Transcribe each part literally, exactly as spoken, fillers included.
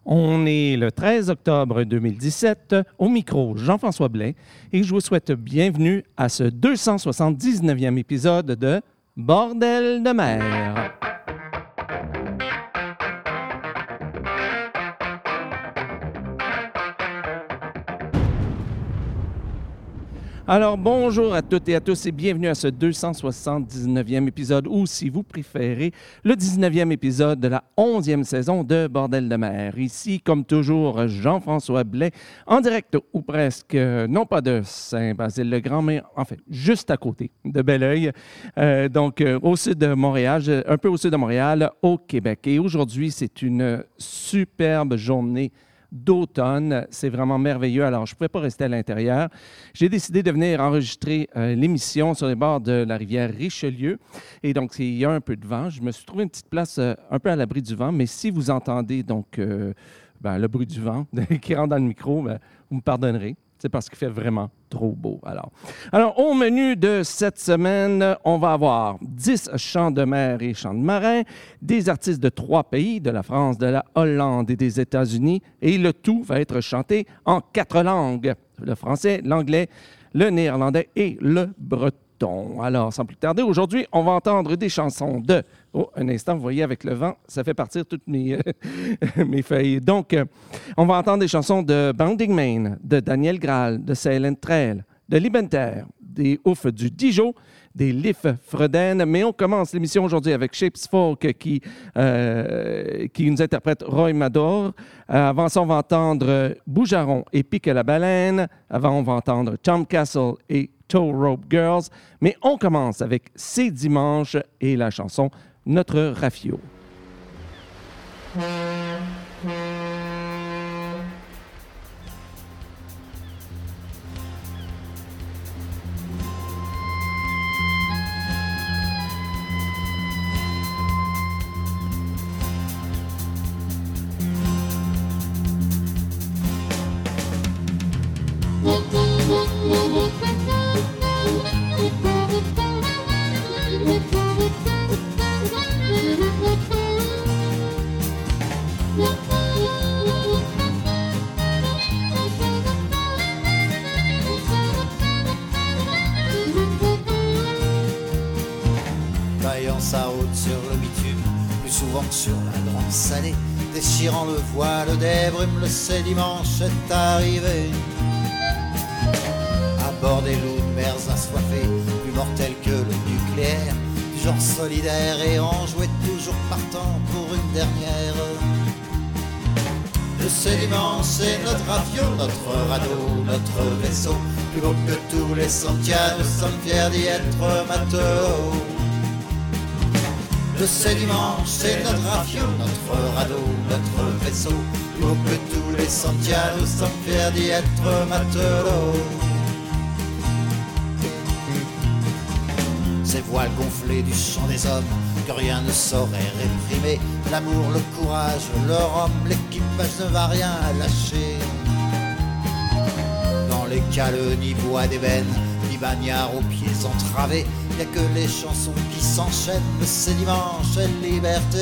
On est le treize octobre deux mille dix-sept, au micro Jean-François Blais, et je vous souhaite bienvenue à ce deux cent soixante-dix-neuvième épisode de Bordel de mer. Alors, bonjour à toutes et à tous et bienvenue à ce deux cent soixante-dix-neuvième épisode ou, si vous préférez, le dix-neuvième épisode de la onzième saison de Bordel de mer. Ici, comme toujours, Jean-François Blais, en direct ou presque, non pas de Saint-Basile-le-Grand, mais en fait, juste à côté de Belleuil, euh, donc euh, au sud de Montréal, un peu au sud de Montréal, au Québec. Et aujourd'hui, c'est une superbe journée d'automne. C'est vraiment merveilleux. Alors, je ne pouvais pas rester à l'intérieur. J'ai décidé de venir enregistrer euh, l'émission sur les bords de la rivière Richelieu. Et donc, il y a un peu de vent. Je me suis trouvé une petite place euh, un peu à l'abri du vent. Mais si vous entendez donc euh, ben, le bruit du vent qui rentre dans le micro, ben, vous me pardonnerez. C'est parce qu'il fait vraiment trop beau. Alors, alors, au menu de cette semaine, on va avoir dix chants de mer et chants de marin, des artistes de trois pays, de la France, de la Hollande et des États-Unis, et le tout va être chanté en quatre langues, le français, l'anglais, le néerlandais et le breton. Alors, sans plus tarder, aujourd'hui, on va entendre des chansons de... Oh, un instant, vous voyez, avec le vent, ça fait partir toutes mes, euh, mes feuilles. Donc, euh, on va entendre des chansons de Bounding Main, de Daniel Graal, de Silent Trail, de Libenter, des Ouf du Dijon, des Lif Freden. Mais on commence l'émission aujourd'hui avec Shapes Folk qui, euh, qui nous interprète Roy Mador. Euh, avant ça, on va entendre Boujaron et Pique la Baleine. Avant, on va entendre Tom Castle et Tow Rope Girls. Mais on commence avec C'est dimanche et la chanson Notre Rafio. Vaillant sa route sur le bitume, plus souvent que sur la grande salée, déchirant le voile des brumes, le c'est dimanche est arrivé. À bord des loups de mers assoiffés, plus mortels que le nucléaire, du genre solidaire et enjoué, toujours partant pour une dernière. Le c'est dimanche, c'est notre rafio, notre radeau, notre vaisseau, plus beau que tous les Santiago, nous sommes fiers d'y être matelots. Le c'est dimanche, c'est notre rafio, notre radeau, notre vaisseau, plus beau que tous les Santiago, nous sommes fiers d'y être matelots. Ces voiles gonflées du chant des hommes, que rien ne saurait réprimer, l'amour, le courage, le rhum, l'équipage ne va rien lâcher. Dans les cales ni bois d'ébène, ni bagnards aux pieds entravés, y'a que les chansons qui s'enchaînent, le c'est dimanche et liberté.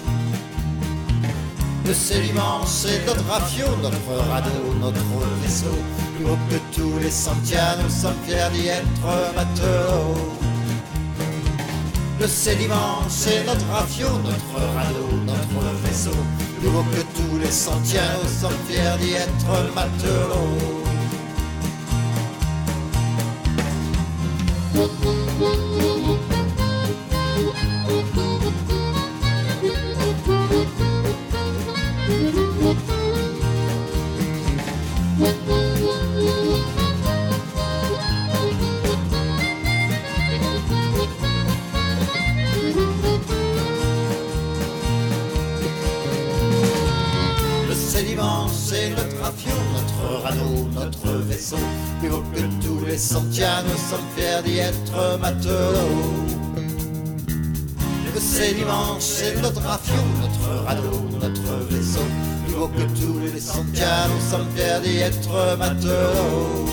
Le c'est dimanche, c'est notre rafio, notre radeau, notre vaisseau, plus haut que tous les Santiago, nous sommes fiers d'y être matelots. Le c'est dimanche, c'est notre rafio, notre radeau, notre vaisseau, plus haut que tous les Santiago, nous sommes fiers d'y être matelots. C'est notre rafio, notre radeau, notre vaisseau, plus haut que tous les Santiago, nous sommes fiers d'y être matelots. Le c'est dimanche, c'est notre rafio, notre radeau, notre vaisseau, plus haut que tous les Santiago, nous sommes fiers d'y être matelots.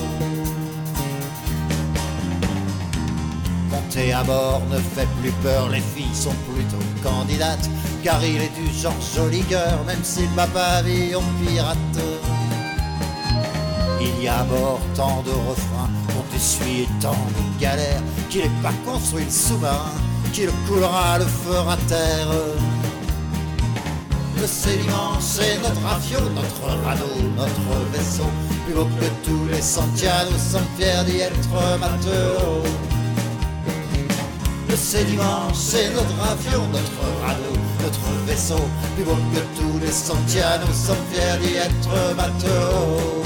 Monter à bord ne fait plus peur, les filles sont plutôt candidates, car il est du genre joli cœur, même s'il bat pavillon pirate. Il y a à bord tant de refrains dont essuyer tant de galères, qu'il n'est pas construit le sous-marin qui le coulera, le fera taire. Le sédiment c'est notre rafio, notre radeau, notre vaisseau, plus beau que tous les Santiago, nous sommes fiers d'y être matelots. Le sédiment c'est notre rafio, notre radeau, notre vaisseau, plus beau que tous les Santiago, nous sommes fiers d'y être matelots.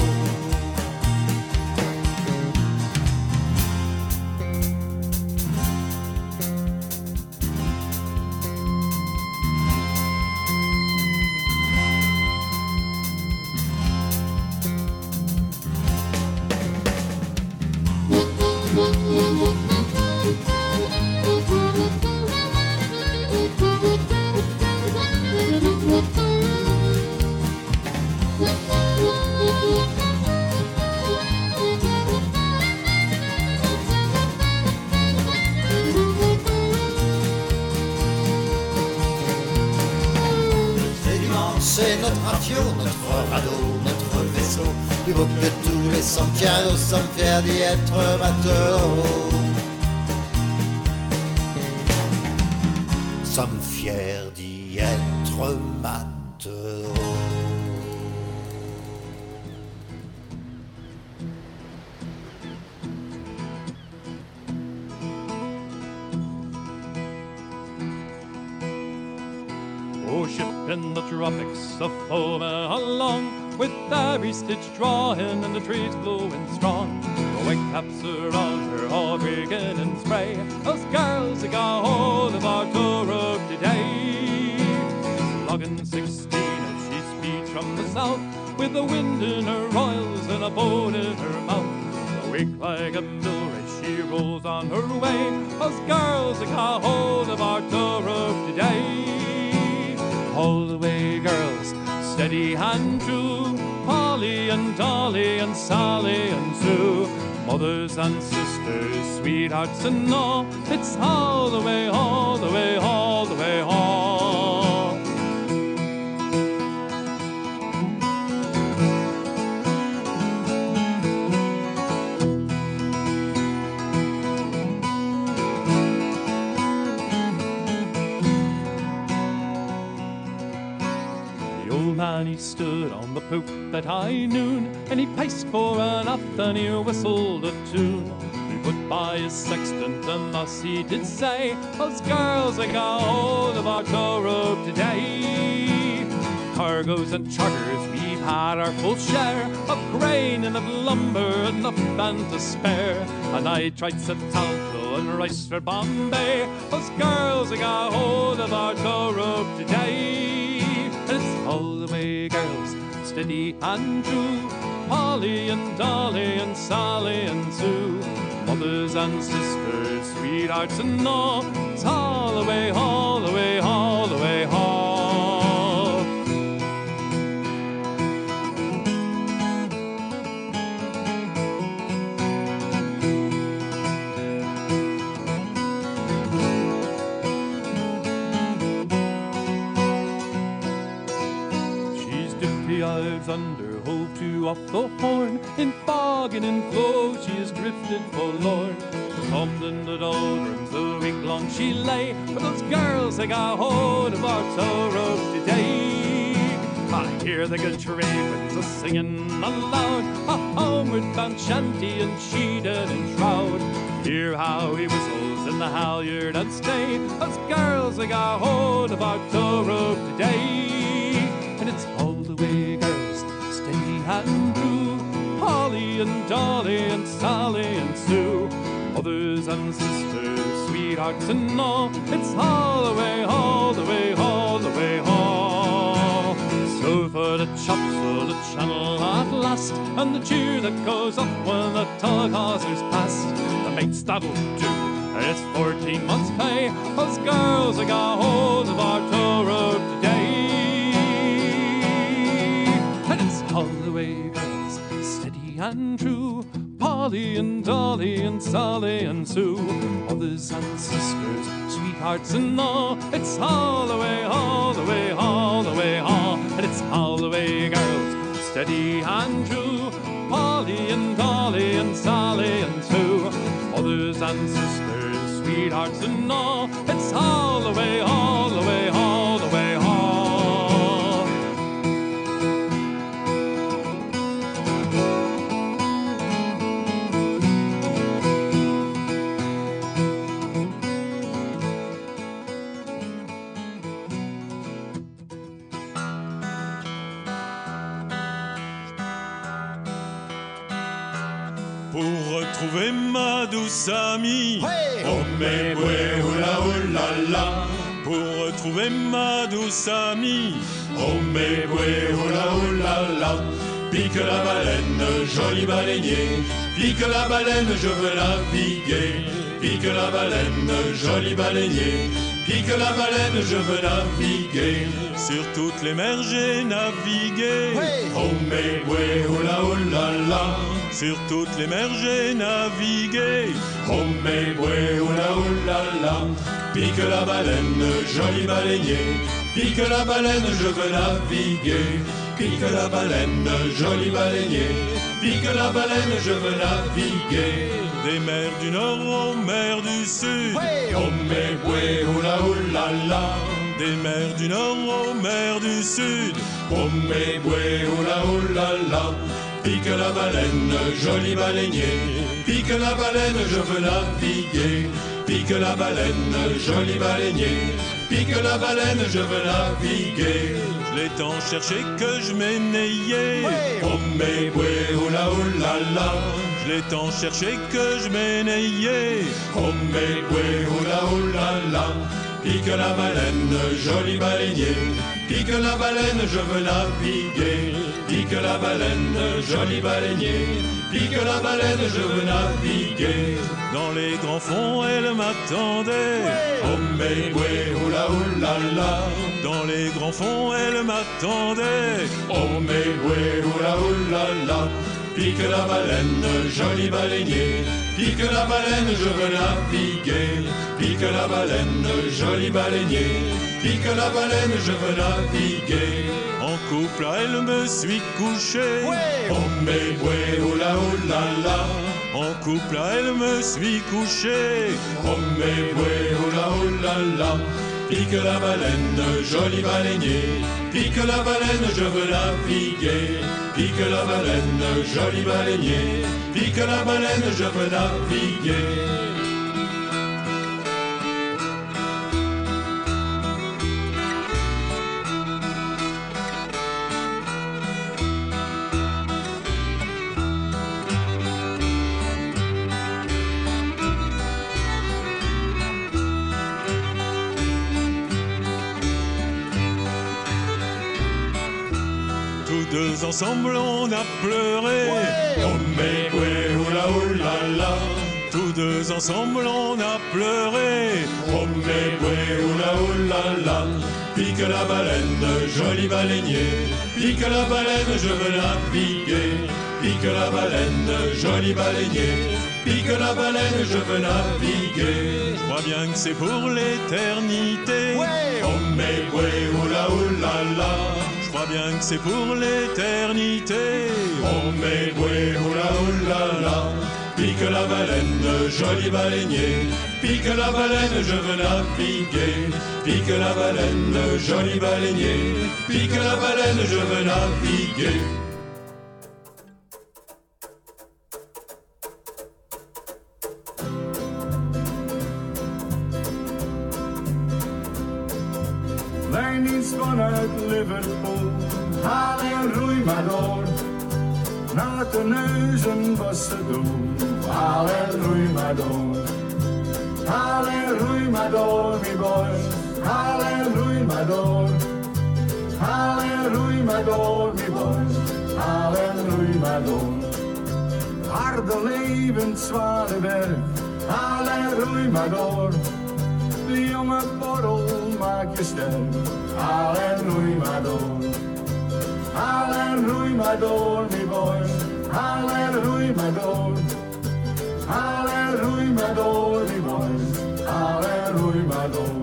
C'est notre rafio, notre radeau, notre vaisseau, plus beau que tous les Santiago, nous sommes fiers d'y être matelots. Nous sommes fiers d'y être matelots. Oh, ship in the tropics, a foaming along, with every stitch drawing and the trees blowing strong. The white caps around her all breaking in spray. Those girls that got hold of Arturo today. Logging sixteen as she speeds from the south, with the wind in her royals and a boat in her mouth. Awake like a mill race, she rolls on her way. Those girls that got hold of Arturo today. All the way, girls, steady and true, Polly and Dolly and Sally and Sue, mothers and sisters, sweethearts and all. It's all the way, all the way, all the way home. Man, he stood on the poop at high noon, and he paced for an aft and he whistled a tune. He put by his sextant and thus he did say, "Those girls that got hold of our tow rope today." Cargoes and charters, we've had our full share of grain and of lumber, enough and to spare. And I tried to talco and rice for Bombay. Those girls that got hold of our tow rope today. It's all the way, girls, steady and true, Polly and Dolly and Sally and Sue, mothers and sisters, sweethearts and all. It's all the way, all the way, all the way home. Yards under, hove to off the horn. In fog and in flow she is drifted forlorn. Thumbed in the doldrums a week long she lay, but those girls they got hold of our tow rope today. I hear the good ravens a singing aloud, a homeward bound shanty and sheeted and shroud. Hear how he whistles in the halyard and stay. Those girls they got hold of our tow rope today. And it's all the way, girls, steady and true, Polly and Dolly and Sally and Sue, mothers and sisters, sweethearts and all. It's all the way, all the way, all the way home. So for the chops of the channel at last, and the cheer that goes up when the tug hawsers past, the mates that'll do, it's fourteen months' pay. Those girls that got hold of our tow rope today. All the way, girls, steady and true, Polly and Dolly and Sally and Sue, mothers and sisters, sweet sweethearts and all. It's all the way, all the way, all the way, all. And it's all the way, girls, steady and true. Polly and Dolly and Sally and Sue, mothers and sisters, sweethearts and all. It's all the way, all the way, all the way, all. Pour retrouver ma douce amie, Hey! oh mais ouais, oula oula la. Pour retrouver ma douce amie, oh mais ouais, oula oula la. Pique la baleine, joli baleinier, pique la baleine, je veux naviguer. Pique la baleine, joli baleinier, pique la baleine, je veux naviguer. Sur toutes les mers j'ai navigué, Hey! oh mais ouais, oula oula la. Sur toutes les mers j'ai navigué, oh mais ouais, oula oula la. Pique la baleine, joli baleinier, pique la baleine, je veux naviguer. Pique la baleine, joli baleinier, pique la baleine, je veux naviguer. Des mers du nord aux mers du sud, Hey! oh mais ouais, oula oula la. Des mers du nord aux mers du sud, oh mais ouais, oula oula la. Pique la baleine, joli baleinier, pique la baleine, je veux naviguer. Pique la baleine, joli baleinier, pique la baleine, je veux naviguer. Je l'ai tant cherché que je m'énayais, Ouais. oh mais ouais, oula oula la. Je l'ai tant cherché que je m'énayais, oh mais ouais, oula oula la. Pique la baleine, joli baleinier, pique la baleine, je veux naviguer. Pique la baleine, joli baleinier, pique la baleine, je veux naviguer. Dans les grands fonds, elle m'attendait, oh mais ouais, oula oula la. Dans les grands fonds, elle m'attendait, oh mais ouais, oula oula la. Pique la baleine, joli baleinier, pique la baleine, je veux naviguer. Pique la baleine, joli baleinier, pique la baleine, je veux naviguer. En couple, elle me suis couché, Ouais. oh mais ouais, oula oula la. En couple, elle me suis couché, oh mais ouais, oula oula la. Pique la baleine, joli baleinier, pique la baleine, je veux naviguer. Pique la baleine, joli baleinier, pique la baleine, je veux naviguer. Tous deux ensemble on a pleuré, Ouais. oh mais ouais, oula oula la. Tous deux ensemble on a pleuré, oh mais ouais, oula oula la. Pique la baleine, joli baleinier, pique la baleine, je veux naviguer. Pique la baleine, joli baleinier, pique la baleine, je veux naviguer. Je crois bien que c'est pour l'éternité, Ouais. oh mais ouais, oula oula la. Je crois bien que c'est pour l'éternité, oh mais ouais, oula oula la. Pique la baleine, joli baleinier, pique la baleine, je veux naviguer. Pique la baleine, joli baleinier, pique la baleine, je veux naviguer. Lijndienst vanuit Liverpool, haal en roei maar door. Naar de neuzen was ze doen, haal en roei maar door. Haal en roei maar door, mi boy, haal en roei maar door. Haal en roei maar door, mi boy, haal en roei maar door. Harde leven, zware werk, haal en roei maar door. De jonge borrel maak je sterk, haal en roei maar door. Haal en roei maar door, mi boy, haal en roei maar door. Haal en roei maar door, mi boy, haal en roei maar door.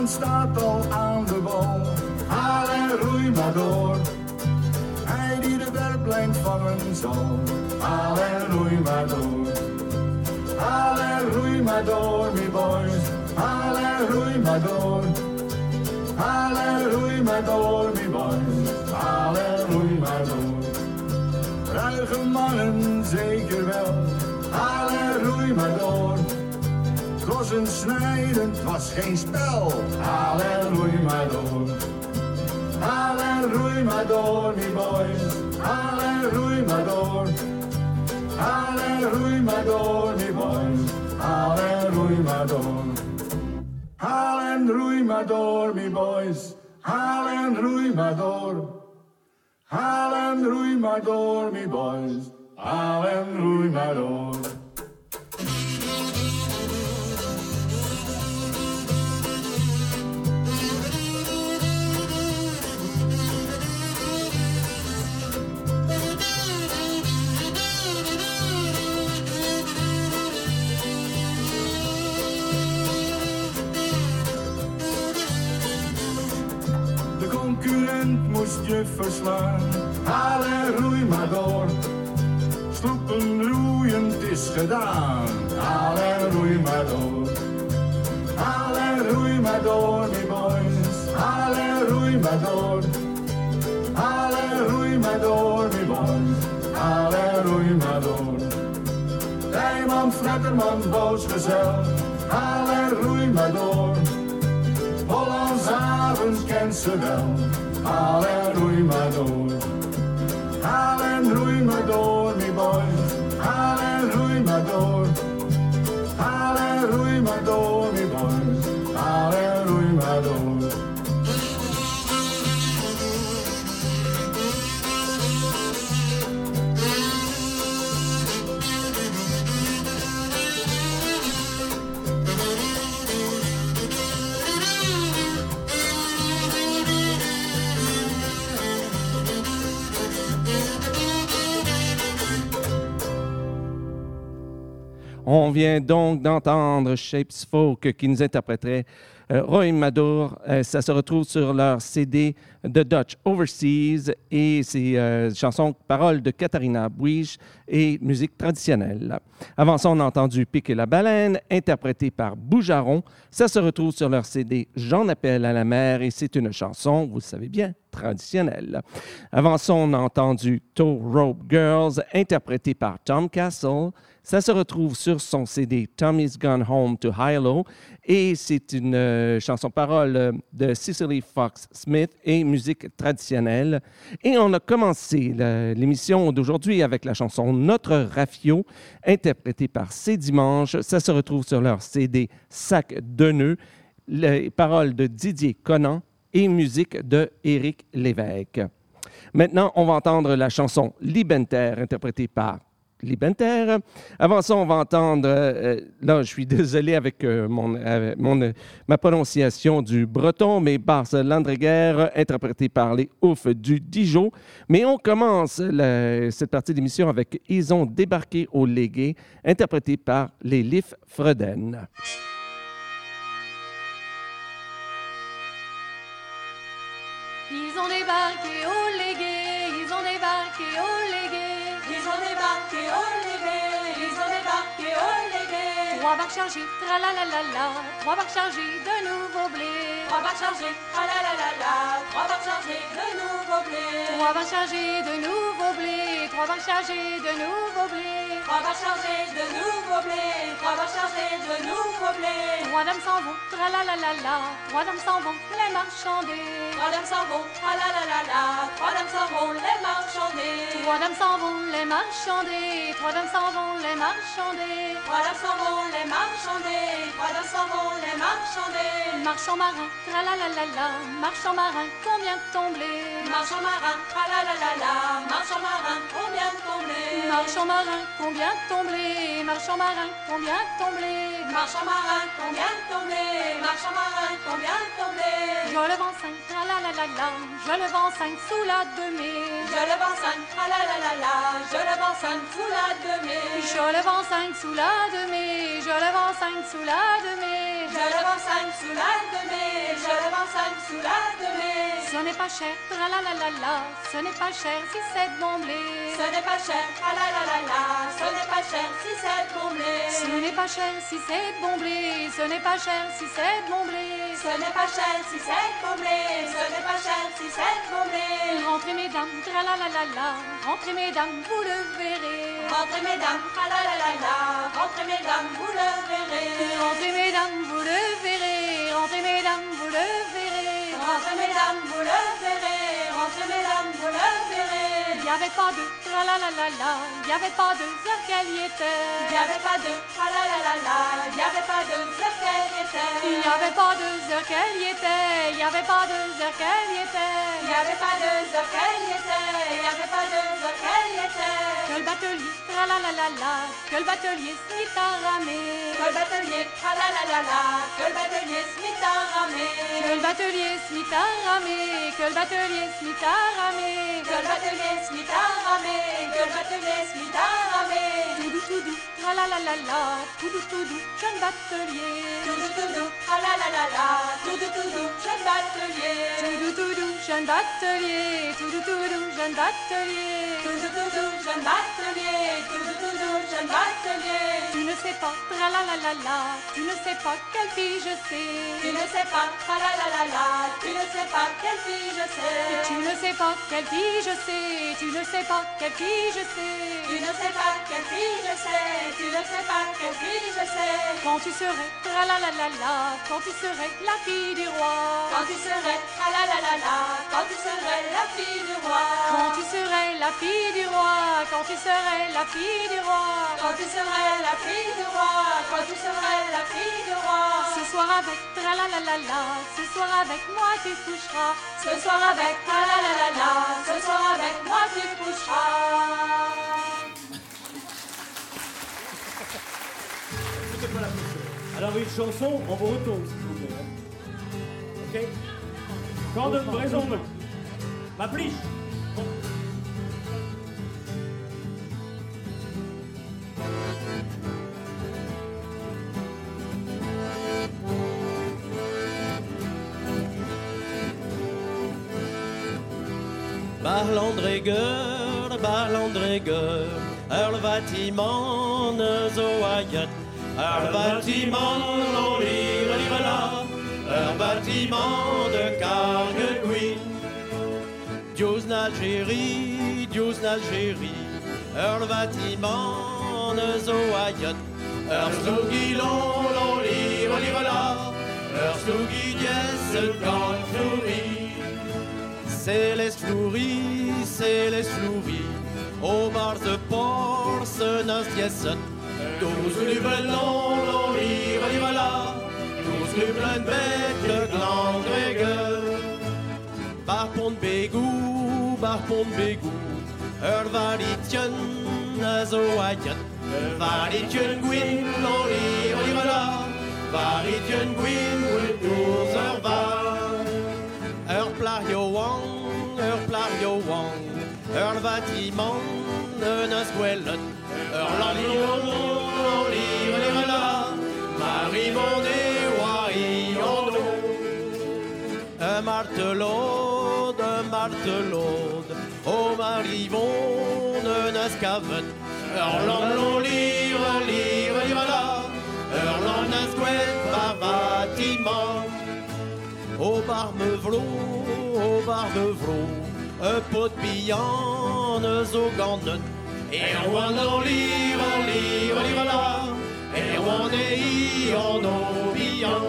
man staat al aan de wal. Haal en roei maar door. Hij die de werplijn vangen zal. Haal en roei maar door. Haal en roei maar door, me boys. Haal en roei maar door. Haal en roei maar door, me boys. Haal en roei maar door. Ruige mannen, zeker wel. Haal en roei maar door. Kossen snijden, het was geen spel. Haal en roei maar door. Haal en roei maar door, me boys. Haal en roei maar door. Haal en roei maar door, me boys. Haal en roei maar door. Haal en roei maar door, me boys. Haal en roei maar door. Haal en roei maar door, me boys. Haal en roei maar door. Moest je verslaan, haal en roei maar door. Sloepen roeien, het is gedaan, haal en roei maar door. Haal en roei maar door, me boys, haal en roei maar door. Haal en roei maar door, me boys, haal en roei maar door. Rijman, fletterman, boosgezel, haal en roei maar door. Hollandsavond kent ze wel. Haal en roei maar door. Haal en roei maar door, me boys. Haal en roei maar door. Haal en roei maar door, me boys. Haal en roei maar door. On vient donc d'entendre Shapes Folk qui nous interpréterait euh, Roy Madour. Euh, ça se retrouve sur leur C D The Dutch Overseas et c'est euh, chansons, paroles de Katharina Buisch et musique traditionnelle. Avant ça, on a entendu Pic et la baleine, interprété par Boujaron. Ça se retrouve sur leur C D J'en appelle à la mer et c'est une chanson, vous le savez bien, traditionnelle. Avant ça, on a entendu Tow Rope Girls, interprété par Tom Castle. Ça se retrouve sur son C D Tommy's Gone Home to Hilo et c'est une euh, chanson-parole euh, de Cicely Fox Smith et musique traditionnelle. Et on a commencé la, l'émission d'aujourd'hui avec la chanson Notre Rafio, interprétée par C'est Dimanche. Ça se retrouve sur leur C D Sac de nœuds, les paroles de Didier Conan et musique de Éric Lévesque. Maintenant, on va entendre la chanson Libenter, interprétée par Libenter. Avant ça, on va entendre, euh, là, je suis désolé avec, euh, mon, euh, mon, euh, ma prononciation du breton, mais Bars Landreguer, interprété par les Oufs du Dijon. Mais on commence la, cette partie d'émission avec Ils ont débarqué au Légué, interprété par les Lif Freden. Ils ont débarqué au Légué, ils ont débarqué au Légué. Ils ont débarqué au Légué, ils ont débarqué au Légué. Trois barques chargées, tralalalala, trois barques chargées de nouveaux blés. Trois barques chargées, tralalalala, trois barques chargées de nouveaux blés. Trois barques chargées de nouveaux blés, trois barques chargées de nouveaux blés. Trois barques chargées de nouveaux blés, trois barques chargées de nouveaux blés. Trois dames s'en vont, tralalalala, trois dames s'en vont, les marchandés. Trois dames s'en vont, tralalalala, trois dames s'en vont, les marchandés. Trois dames s'en vont, les marchandés, trois dames s'en vont, les marchandés. Trois dames s'en vont, les marchandés, trois dames s'en vont, les marchandés. Marchand marin, tralalalala, marchand marin, combien de ton blé? Marchand marin, tralalalala, marchand marin, combien de ton blé? Marchand marin, combien de ton blé? Marchand marin, combien de ton blé? Marchand marin, combien de ton blé? Marchand marin, combien de ton blé? Je le vends cinq, tralalalala, je le vends cinq sous la demi. Je le vends cinq, tralalalala. la la la la, je le vends cinq sous la demi. Je le vends cinq sous la demi, je le vends cinq sous la demi. Je le vends cinq sous la demi, je le vends cinq sous la demi. Ce n'est pas cher, tra la la la la, ce n'est pas cher si c'est de bon blé. Ce n'est pas cher, tra la la la la, ce n'est pas cher si c'est de bon blé. Ce n'est pas cher si c'est de bon blé, ce n'est pas cher si c'est de bon blé. Ce n'est pas cher si c'est de bon blé, ce n'est pas cher si c'est de bon blé. Rentrez mesdames, tra la la la la, rentrez mesdames, vous le verrez. Rentrez mesdames, tra la la la la, rentrez mesdames, vous le verrez. Rentrez mesdames, vous le verrez, rentrez mesdames, vous le verrez. Rentrez mesdames, vous le verrez, rentrez mesdames, vous le verrez. Il n'y avait pas de tra la la la la, il n'y avait pas de heure qu'elle y était. Il n'y avait pas de tra la la la la, il n'y avait pas de heure qu'elle y était. Il n'y avait pas de heure qu'elle y était, il n'y avait pas de heure qu'elle y était. Il n'y avait pas de heure qu'elle y était, il n'y avait pas de heure qu'elle y était. Que le batelier tra la la la la, que le batelier se mit à ramer. Que le batelier tra la la la la, que le batelier se mit à ramer. Que le batelier se mit à ramer, que le batelier se mit à ramer. Que le batelier se mit à ramer, que le batelier se mit à ramer. Tout doux, tout doux, tra la la la la, tout doux, tout doux, jeune batelier. Tout doux, tout doux, tra la la la la, tout doux, tout doux, jeune batelier. Tout doux, tout doux, jeune batelier. Tout doux, tout doux, jeune batelier. Tout doux, tout doux, jeune batelier. Tout doux, tout doux, jeune batelier. Tu ne sais pas, tra la la la la, tu ne sais pas quelle fille je sais. Tu ne sais pas, tra la la la la, tu ne sais pas quelle fille je sais. Tu ne sais pas quelle fille je sais. Tu ne sais pas quelle fille je sais. Tu ne sais pas quelle fille je sais. Tu ne sais pas quelle fille je sais. Quand tu serais, tra la la la la, quand tu serais la fille du roi. Quand tu serais, tra la la la la, quand tu serais la fille du roi. Quand tu serais la fille du roi. Quand tu serais la fille du roi. Quand tu serais la fille du roi. Quand tu serais la fille du roi. Ce soir avec, tra la la la la, ce soir avec moi tu coucheras. Ce soir avec, tra la la la la, ce soir avec moi tu coucheras. Alors une chanson en breton, s'il vous plaît. Ok. Quand de Bréson, ma pliche. Barlandreger, Barlandreger, er le bâtiment zo ayet, er le bâtiment l'olirela, er bâtiment de Cargueguin. Dios n'Algérie, Dios n'Algérie, er le bâtiment zo ayet, er slugilon l'olirela, er slugidies ganflouri. Céleste Fleury, Céleste Fleury, au bar de port, ce nas diessen. Douze rue Bellon, l'oli, voilà, douze rue Blenbeck, le Grand Grégeur. Bar Pont de Bégou, Bar Pont de Bégou, er valitien, azo ayen. Valitien Gwyn, l'oli, voilà, valitien Gwyn, with douze heures var. Er plario wang, er plario wang, er bâtiment de Nasquellen, er l'alion, l'olive, la, Marie-Mondé, Waïondo. Un martelot, un martelot, au marivon de Nascaven, er l'olive, l'olive, la, er l'Nasquellen, par bâtiment. Au barmevlo, au barmevlo, un pot de pillannes au gannen. Et on l'olive, olive, olive là, et on est en obian.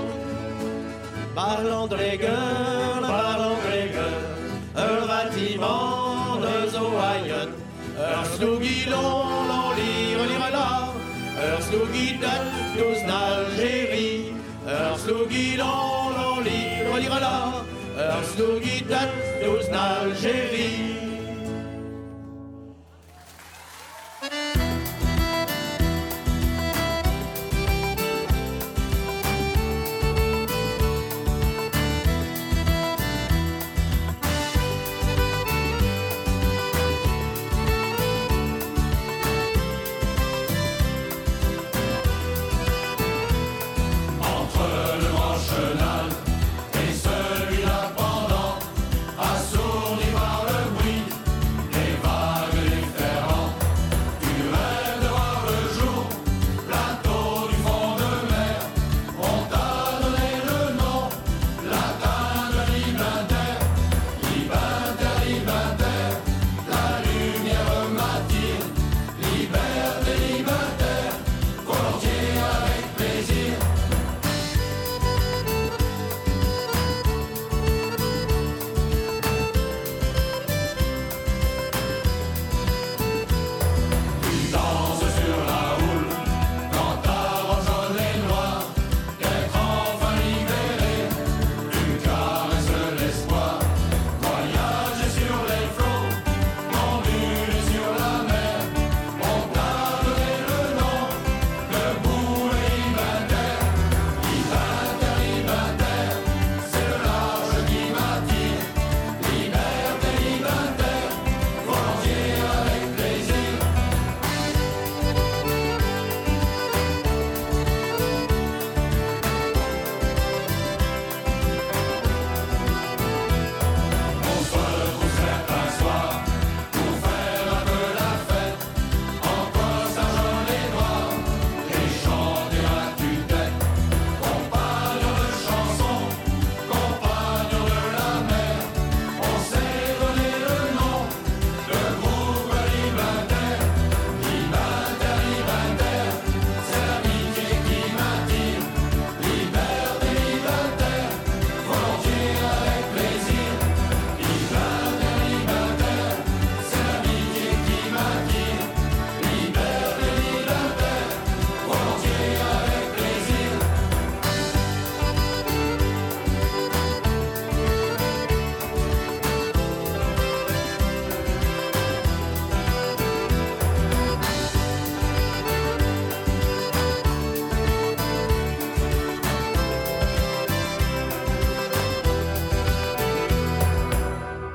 Barlandreger, Barlandreger, un bâtiment de Zoayen. Un slougilon, l'olive, olive là, un slougidat, tous d'Algérie. Un slougilon, l'olive, olive là, un slougidat, tous d'Algérie.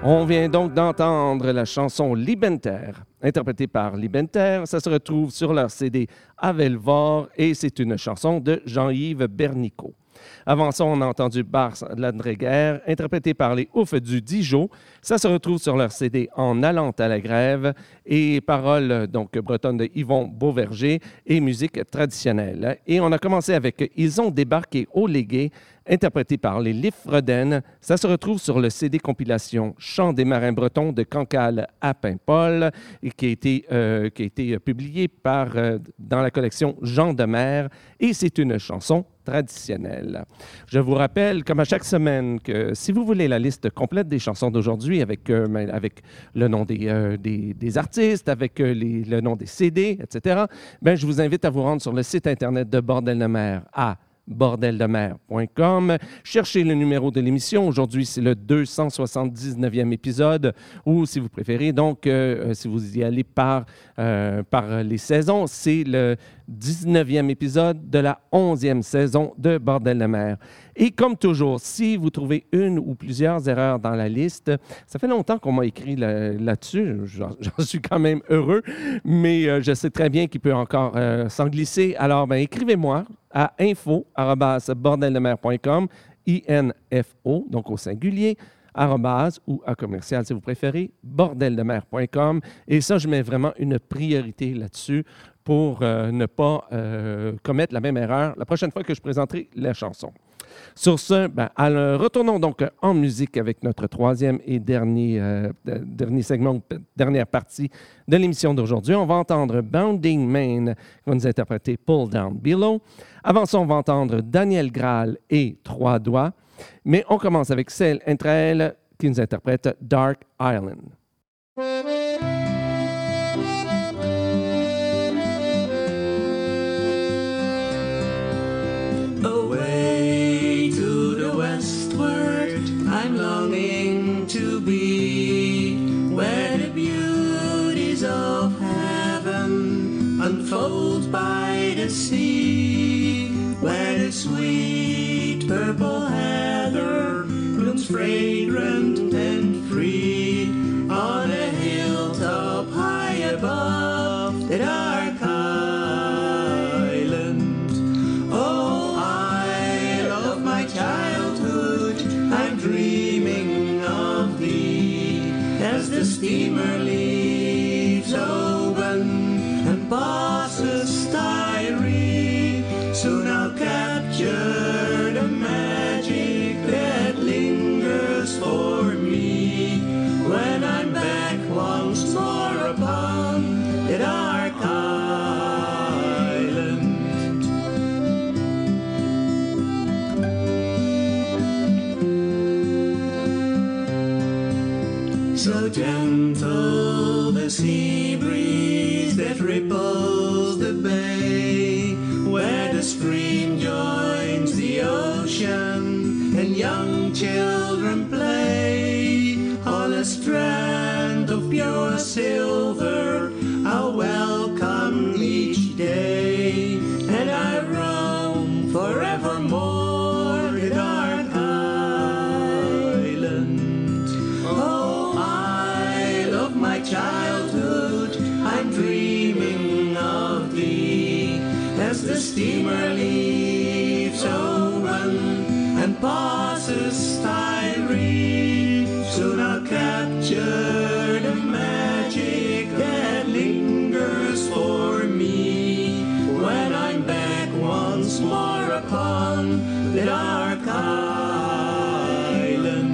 On vient donc d'entendre la chanson Libenter, interprétée par Libenter. Ça se retrouve sur leur C D Avelvor et c'est une chanson de Jean-Yves Bernicot. Avant ça, on a entendu Bars Landreguer, interprété par les Oufs du Dijon. Ça se retrouve sur leur C D En allant à la grève et paroles donc bretonnes de Yvon Beauverger et musique traditionnelle. Et on a commencé avec Ils ont débarqué au Légué, interprété par les Liffredens. Ça se retrouve sur le C D compilation Chants des marins bretons de Cancale à Paimpol et qui a été, euh, qui a été publié par, euh, dans la collection Jean de Mer. Et c'est une chanson traditionnelle. Je vous rappelle, comme à chaque semaine, que si vous voulez la liste complète des chansons d'aujourd'hui avec, euh, avec le nom des, euh, des, des artistes, avec euh, les, le nom des C D, et cetera, ben, je vous invite à vous rendre sur le site Internet de Bordel de mer à bordel de mer point com. Cherchez le numéro de l'émission. Aujourd'hui, c'est le deux cent soixante-dix-neuvième épisode, ou si vous préférez, donc, euh, si vous y allez par, euh, par les saisons, c'est le dix-neuvième épisode de la onzième saison de Bordel de mer. Et comme toujours, si vous trouvez une ou plusieurs erreurs dans la liste, ça fait longtemps qu'on m'a écrit là, là-dessus, j'en, j'en suis quand même heureux, mais euh, je sais très bien qu'il peut encore euh, s'en glisser. Alors, ben, écrivez-moi à info arobase bordel de mer point com, I N F O, donc au singulier, arrobase ou à commercial, si vous préférez, bordel de mer point com. Et ça, je mets vraiment une priorité là-dessus pour euh, ne pas euh, commettre la même erreur la prochaine fois que je présenterai la chanson. Sur ce, ben, alors, retournons donc en musique avec notre troisième et dernier, euh, dernier segment, dernière partie de l'émission d'aujourd'hui. On va entendre Bounding Main qui va nous interpréter Pull Down Below. Avant ça, on va entendre Daniel Graal et Trois Doigts. Mais on commence avec celle entre elles qui nous interprète Dark Island. Away to the westward, I'm longing to be where the beauties of heaven unfold by the sea, where the sweet purple heather blooms fragrant and free on a hilltop high above the dark island. Oh, isle of my childhood, I'm dreaming of thee as the steamer leaves open and passes Styrie. Soon I'll capture the magic that lingers for me when I'm back once more upon the dark island. So gentle the sea breeze that ripples the bay, where the stream joins the ocean and young children play on a strand of pure silver. I'll welcome each day, and I roam forevermore the dark island. Oh, isle of my childhood, I'm dreaming of thee as the steamer leaves Owen and passes Styrie. Soon I'll capture the magic that lingers for me when I'm back once more upon the dark island.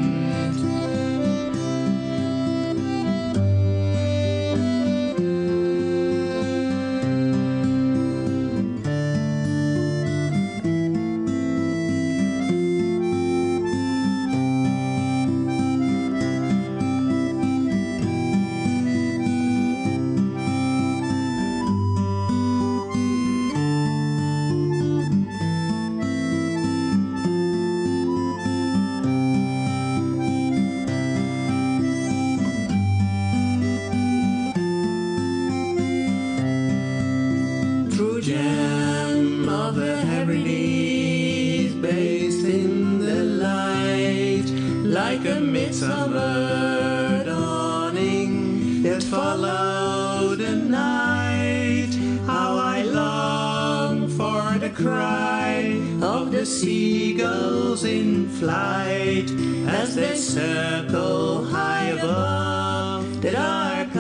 True gem of the Hebrides, bathed in the light, like a midsummer that follow the night. How I long for the cry of the seagulls in flight as they circle high above the dark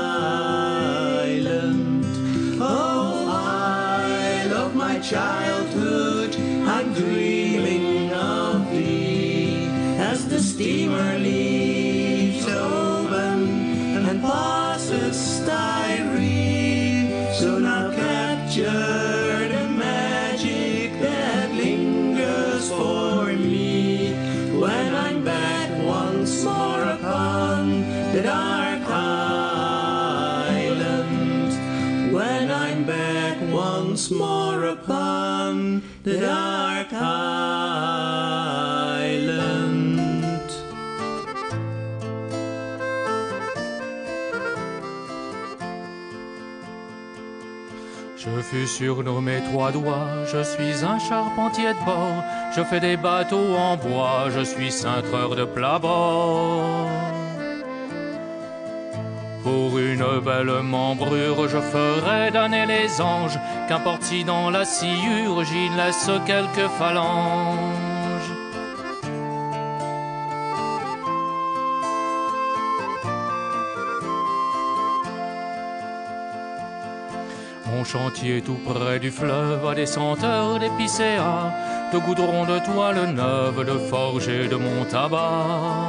island. Oh, isle of my childhood, I'm dreaming of thee as the steamer leaves open and passes thy reef. So now capture the magic that lingers for me when I'm back once more upon the dark island. When I'm back once more upon the dark island. Je fus surnommé Trois Doigts, je suis un charpentier de bord, je fais des bateaux en bois, je suis cintreur de plat-bord. Pour une belle membrure, je ferai damner les anges, qu'importe si dans la sciure j'y laisse quelques phalanges. Mon chantier tout près du fleuve a des senteurs d'épicéas, de goudron de toile neuve, de forge et de mon tabac.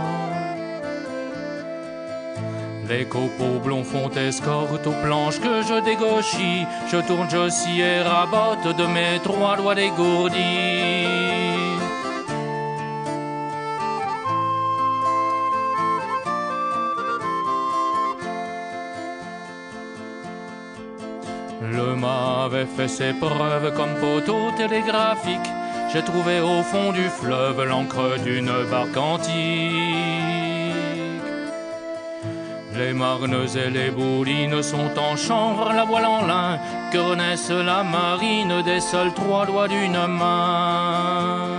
Les copeaux blonds font escorte aux planches que je dégauchis, je tourne, je scie et rabote de mes trois doigts dégourdis. Le mât avait fait ses preuves comme poteau télégraphique. J'ai trouvé au fond du fleuve l'encre d'une barque antique. Les marnes et les boulines sont en chanvre, la voile en lin, que renaisse la marine des seuls trois doigts d'une main.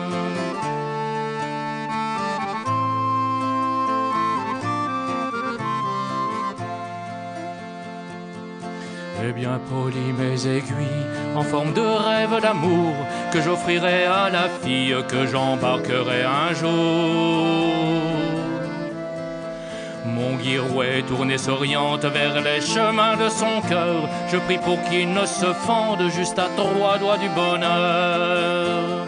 Eh bien poli mes aiguilles, en forme de rêve d'amour, que j'offrirai à la fille que j'embarquerai un jour. Mon guirouet tourné s'oriente vers les chemins de son cœur, je prie pour qu'il ne se fende juste à trois doigts du bonheur.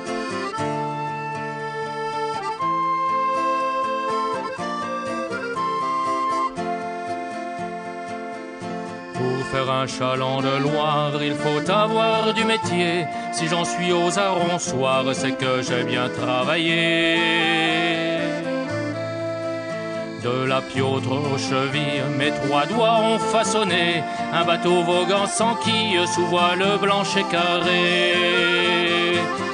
Pour faire un chaland de Loire, il faut avoir du métier. Si j'en suis aux arronsoirs, c'est que j'ai bien travaillé. De la piautre aux chevilles, mes trois doigts ont façonné un bateau voguant sans quille sous voile blanche et carrée.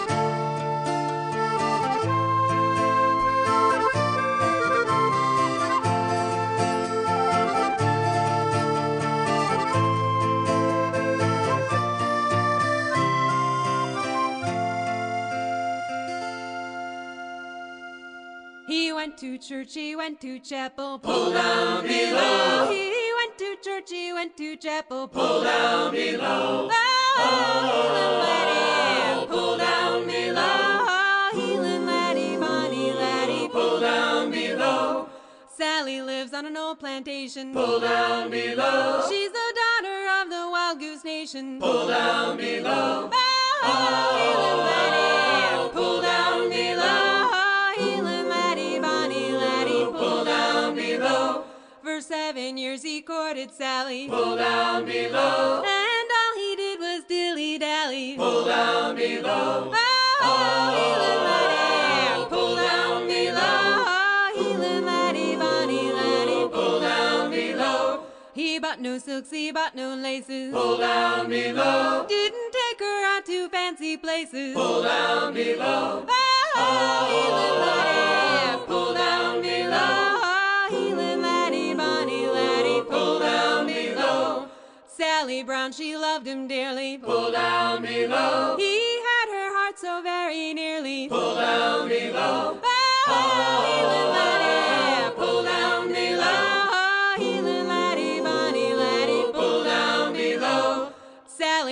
He went to church, he went to chapel, Pull down below. He went to church, he went to chapel, Pull down below. Oh, Pull down below. oh, healing laddie, bonny laddie, Pull down below. Sally lives on an old plantation. Pull down below. She's the daughter of the Wild Goose Nation. Pull down below. Oh, healing laddie, Pull down below. oh, healing laddie, bonny laddie, Pull down below. For seven years he courted Sally. Pull down below. And all he did was dilly-dally. Pull down below. Oh, healing laddie, Pull down below. oh, healing laddie, bonny laddie. Pull down below. He bought no silks, he bought no laces. Pull down below. Didn't take her out to fancy places. Pull down below. Oh, healing laddie, Pull down below. oh, healing laddie, bonny laddie. Pull down below. Sally Brown, she loved him dearly. Pull down below. He had her heart so very nearly. Pull down below. Oh, healing laddie, Pull down below. oh, healing laddie, bonny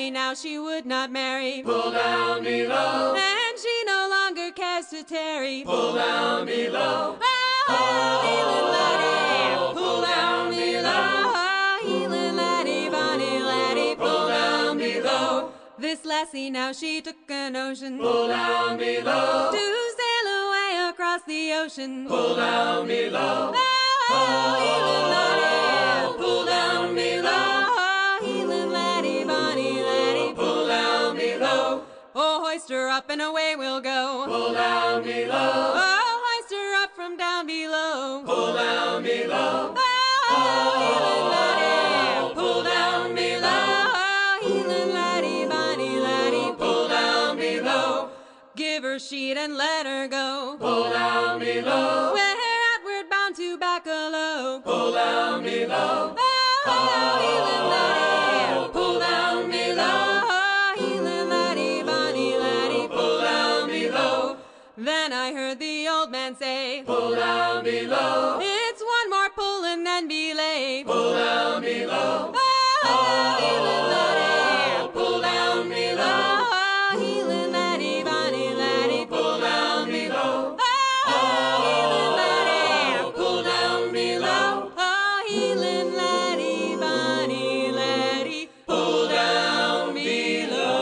say now she would not marry. Pull down below. And she no longer cares to tarry. Pull down below. Oh, healing laddie. Pull down below. Oh, healing laddie, bonny laddie. Pull down below. This lassie now she took a notion. Pull down below. To sail away across the ocean. Pull down below. Oh, healing laddie. Pull down below. Oh, healing laddie, bonny laddie. Pull down below. Oh, hoist her up and away we'll go. Pull down below. Oh, hoist her up from down below. Pull down below. Oh, healing laddie. Pull down below. Oh, healing laddie, bonny laddie. Pull down below. Give her sheet and let her go. Pull down below. We're outward bound to Baccalow. Pull down below. Oh, healing laddie. Pull down below. Oh, healing laddie, bonny laddie. Pull down below. Then I heard the old man say, Pull down below. it's one more pull and then belay. Pull down below. Oh, healing laddie. Pull down below. Oh, healing laddie, bonny laddie. Pull down below. Oh, healing laddie. Pull down below. Oh, healing laddie, bonny laddie. Pull down below.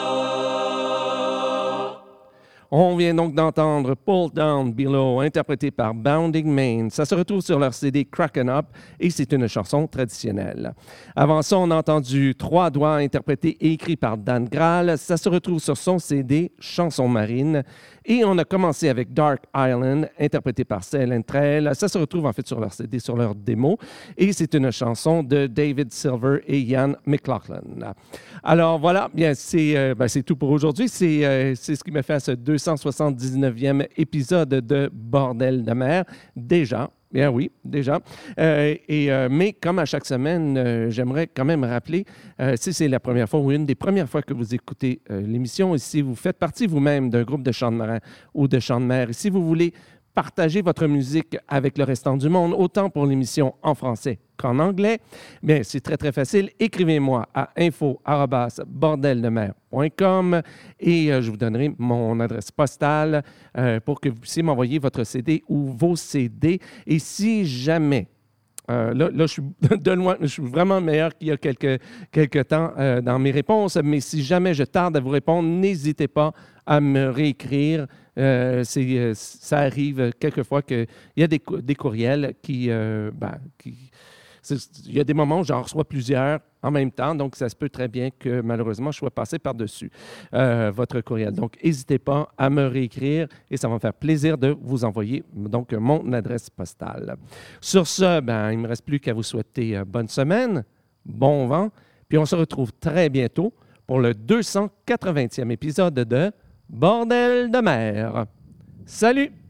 On vient donc d'entendre Pull Down Below, interprété par Bounding Main. Ça se retrouve sur leur C D Crackin' Up et c'est une chanson traditionnelle. Avant ça, on a entendu Trois Doigts, interprété et écrit par Dan Graal. Ça se retrouve sur son C D Chanson Marine. Et on a commencé avec Dark Island, interprété par Céline Trail. Ça se retrouve en fait sur leur C D, sur leur démo. Et c'est une chanson de David Silver et Ian McLaughlin. Alors voilà, bien c'est, euh, ben, c'est tout pour aujourd'hui. C'est, euh, c'est ce qui me fait à ce deux cent soixante-dix-neuvième épisode de Bordel de mer. Déjà, bien oui, déjà. Euh, et, euh, mais comme à chaque semaine, euh, j'aimerais quand même rappeler, euh, si c'est la première fois ou une des premières fois que vous écoutez euh, l'émission, et si vous faites partie vous-même d'un groupe de chants de marin ou de chants de mer, et si vous voulez partager votre musique avec le restant du monde, autant pour l'émission en français qu'en anglais, bien, c'est très, très facile. Écrivez-moi à info arobase bordel de mer point com et euh, je vous donnerai mon adresse postale euh, pour que vous puissiez m'envoyer votre C D ou vos C D. Et si jamais, euh, là, là, je suis de loin, je suis vraiment meilleur qu'il y a quelques, quelques temps euh, dans mes réponses, mais si jamais je tarde à vous répondre, n'hésitez pas à me réécrire. Euh, c'est, euh, ça arrive quelquefois qu'il y a des, des courriels qui... Euh, ben, qui il y a des moments où j'en reçois plusieurs en même temps, donc ça se peut très bien que malheureusement je sois passé par-dessus euh, votre courriel. Donc, n'hésitez pas à me réécrire et ça va me faire plaisir de vous envoyer donc mon adresse postale. Sur ce, ben, il ne me reste plus qu'à vous souhaiter euh, bonne semaine, bon vent, puis on se retrouve très bientôt pour le deux cent quatre-vingtième épisode de Bordel de mer. Salut!